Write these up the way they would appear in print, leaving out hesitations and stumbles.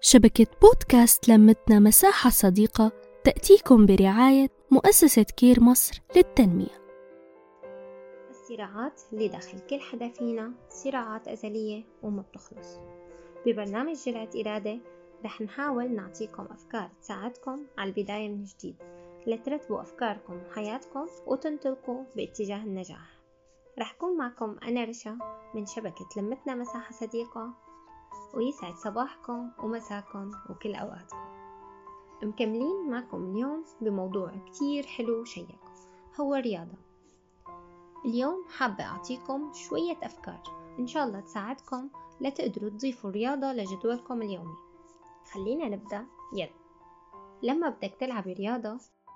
شبكة بودكاست لمتنا مساحة صديقة تأتيكم برعاية مؤسسة كير مصر للتنمية. الصراعات اللي داخل كل حدا فينا صراعات أزلية وما بتخلص. ببرنامج جرعة إرادة رح نحاول نعطيكم أفكار تساعدكم على البداية من جديد لترتبوا أفكاركم وحياتكم وتنطلقوا باتجاه النجاح. رح كون معكم أنا رشا من شبكة لمتنا مساحة صديقة، ويسعد صباحكم ومساكم وكل أوقاتكم. مكملين معكم اليوم بموضوع كتير حلو وشيق، هو الرياضة. اليوم حابة أعطيكم شوية أفكار إن شاء الله تساعدكم لتقدروا تضيفوا الرياضة لجدولكم اليومي. خلينا نبدأ يلا. لما بدك تلعبي رياضة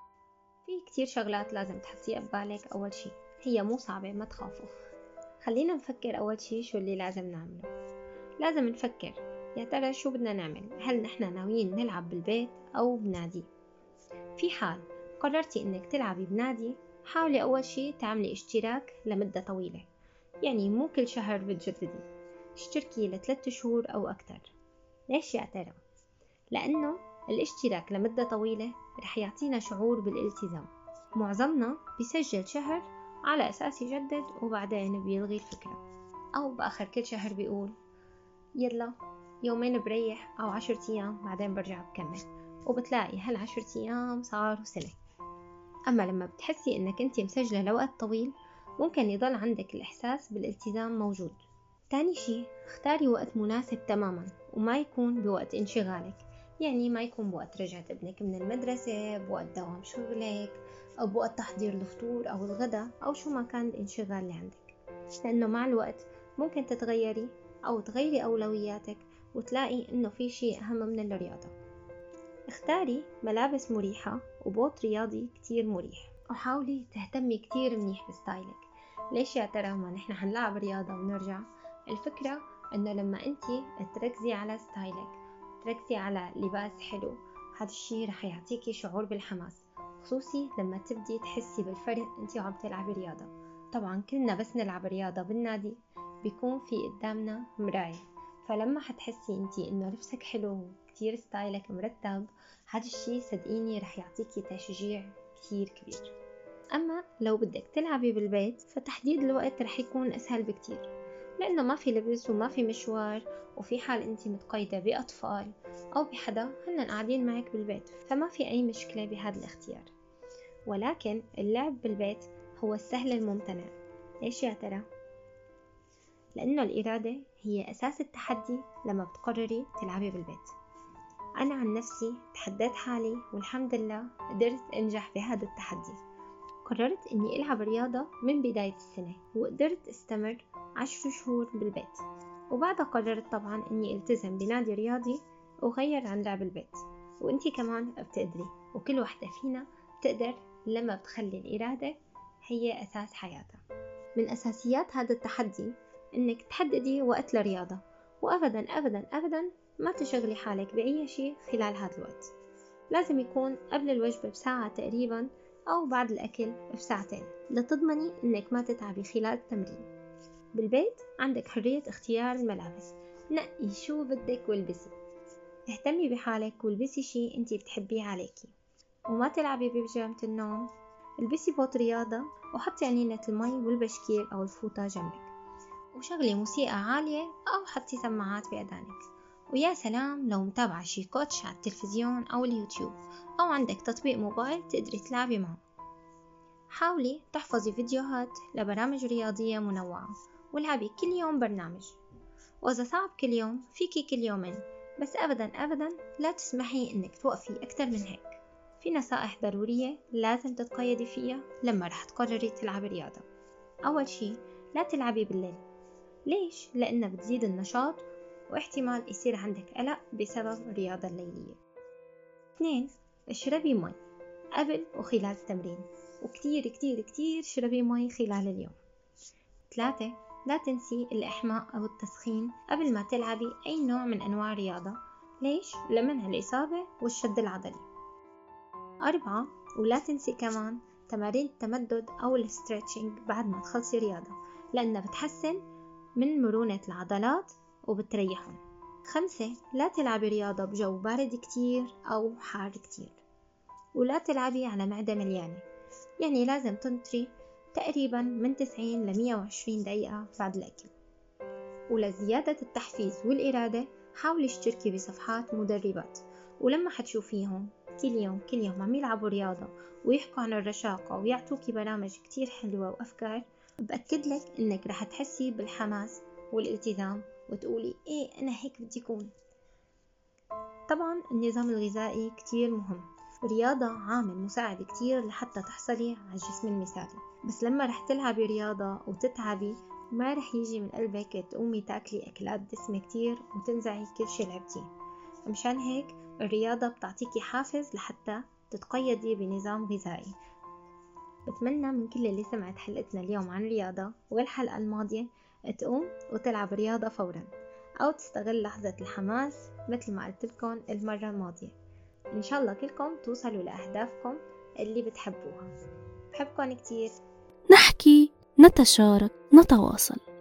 في كتير شغلات لازم تحطيها ببالك. أول شي هي مو صعبة، ما تخافوا. خلينا نفكر أول شي شو اللي لازم نعمله. لازم نفكر يا ترى شو بدنا نعمل، هل نحن ناويين نلعب بالبيت أو بنادي؟ في حال قررتي إنك تلعبي بنادي، حاولي أول شي تعملي اشتراك لمدة طويلة، يعني مو كل شهر بتجددي، اشتركي ل3 شهور أو أكتر. ليش يا ترى؟ لأنه الاشتراك لمدة طويلة رح يعطينا شعور بالالتزام. معظمنا بيسجل شهر على أساس يجدد وبعدين بيلغي الفكرة، أو بآخر كل شهر بيقول يلا يومين بريح أو 10 أيام بعدين برجع بكمل، وبتلاقي هال10 أيام صاروا سنة. أما لما بتحسي إنك أنت مسجلة لوقت طويل، ممكن يضل عندك الإحساس بالالتزام موجود. تاني شي، اختاري وقت مناسب تماما وما يكون بوقت انشغالك، يعني ما يكون بوقت رجعة ابنك من المدرسة، بوقت دوام شغلك، أو بوقت تحضير الفطور أو الغداء أو شو ما كان الانشغال اللي عندك، لأنه مع الوقت ممكن تتغيري أو تغيري أولوياتك وتلاقي إنه في شيء أهم من الرياضة. اختاري ملابس مريحة وبوت رياضي كتير مريح، وحاولي تهتمي كتير منيح بستايلك. ليش يا ترى ما نحن هنلعب رياضة ونرجع؟ الفكرة إنه لما أنتي تركزي على ستايلك، تركزي على لباس حلو، هذا الشيء رح يعطيكي شعور بالحماس، خصوصي لما تبدي تحسي بالفرق أنتي وعم تلعبي رياضة. طبعا كلنا بس نلعب رياضة بالنادي بيكون في قدامنا مراية، فلما حتحسي انتي انه لبسك حلو كتير ستايلك مرتب، هذا الشي صدقيني رح يعطيكي تشجيع كتير كبير. اما لو بدك تلعبي بالبيت فتحديد الوقت رح يكون اسهل بكتير، لانه ما في لبس وما في مشوار، وفي حال انتي متقيدة باطفال او بحدا هن قاعدين معك بالبيت، فما في اي مشكلة بهذا الاختيار. ولكن اللعب بالبيت هو السهل الممتنع. ليش يا ترى؟ لأنه الإرادة هي أساس التحدي. لما بتقرري تلعبي بالبيت، أنا عن نفسي تحديت حالي والحمد لله قدرت أنجح بهذا التحدي. قررت أني ألعب رياضة من بداية السنة وقدرت استمر 10 شهور بالبيت، وبعدها قررت طبعا أني التزم بنادي رياضي وغير عن لعب البيت. وانتي كمان بتقدري، وكل واحدة فينا بتقدر لما بتخلي الإرادة هي أساس حياتها. من أساسيات هذا التحدي إنك تحددي وقت للرياضة، وأبدا أبدا أبدا ما تشغلي حالك بأي شيء خلال هذا الوقت. لازم يكون قبل الوجبة بساعة تقريبا، أو بعد الأكل بساعتين، لتضمني إنك ما تتعبي خلال التمرين. بالبيت عندك حرية اختيار الملابس، نقي شو بدك والبسي. اهتمي بحالك والبسي شيء انتي بتحبيه عليكي، وما تلعبي ببيجامة النوم. البسي بوت رياضة وحطي عنينة المي والبشكير أو الفوطة جنبك، وشغلي موسيقى عالية أو حطي سماعات بأذانك. ويا سلام لو متابعة شي كوتش على التلفزيون أو اليوتيوب، أو عندك تطبيق موبايل تقدري تلعبي معه. حاولي تحفظي فيديوهات لبرامج رياضية منوعة والعبي كل يوم برنامج، وإذا صعب كل يوم فيكي كل يومين، بس أبدا أبدا لا تسمحي إنك توقفي أكتر من هيك. في نصائح ضرورية لازم تتقيدي فيها لما رح تقرري تلعبي رياضة. أول شي، لا تلعبي بالليل. ليش؟ لأنها بتزيد النشاط واحتمال يصير عندك قلق بسبب الرياضة الليلية. 2. اشربي مي قبل وخلال التمرين، وكتير كتير كتير اشربي مي خلال اليوم. 3. لا تنسي الإحماء أو التسخين قبل ما تلعبي أي نوع من أنواع الرياضة. ليش؟ لمنع الإصابة والشد العضلي. 4. ولا تنسي كمان تمارين التمدد أو الستريتشنج بعد ما تخلصي رياضة، لأنها بتحسن من مرونة العضلات وبتريحهم. 5. لا تلعبي رياضة بجو بارد كتير أو حار كتير. ولا تلعبي على معدة مليانة، يعني لازم تنطري تقريبا من 90 ل 120 دقيقة بعد الأكل. ولزيادة التحفيز والإرادة حاولي اشتركي بصفحات مدربات، ولما حتشوفيهم كل يوم عم يلعبوا رياضة ويحكوا عن الرشاقة ويعطوكي برامج كتير حلوة وأفكار، بأكد لك إنك رح تحسي بالحماس والالتزام وتقولي إيه أنا هيك بدي أكون. طبعا النظام الغذائي كتير مهم. الرياضة عامل مساعد كتير لحتى تحصلي على الجسم المثالي، بس لما رح تلعبي رياضة وتتعبي ما رح يجي من قلبك تقومي تاكلي أكلات دسمة كتير وتنزعي كل شي لعبتيه. مشان هيك الرياضة بتعطيكي حافز لحتى تتقيدي بنظام غذائي. بتمنى من كل اللي سمعت حلقتنا اليوم عن الرياضة والحلقة الماضية تقوم وتلعب رياضة فورا، أو تستغل لحظة الحماس مثل ما قلت لكم المرة الماضية. إن شاء الله كلكم توصلوا لأهدافكم اللي بتحبوها. بحبكم كتير. نحكي، نتشارك، نتواصل.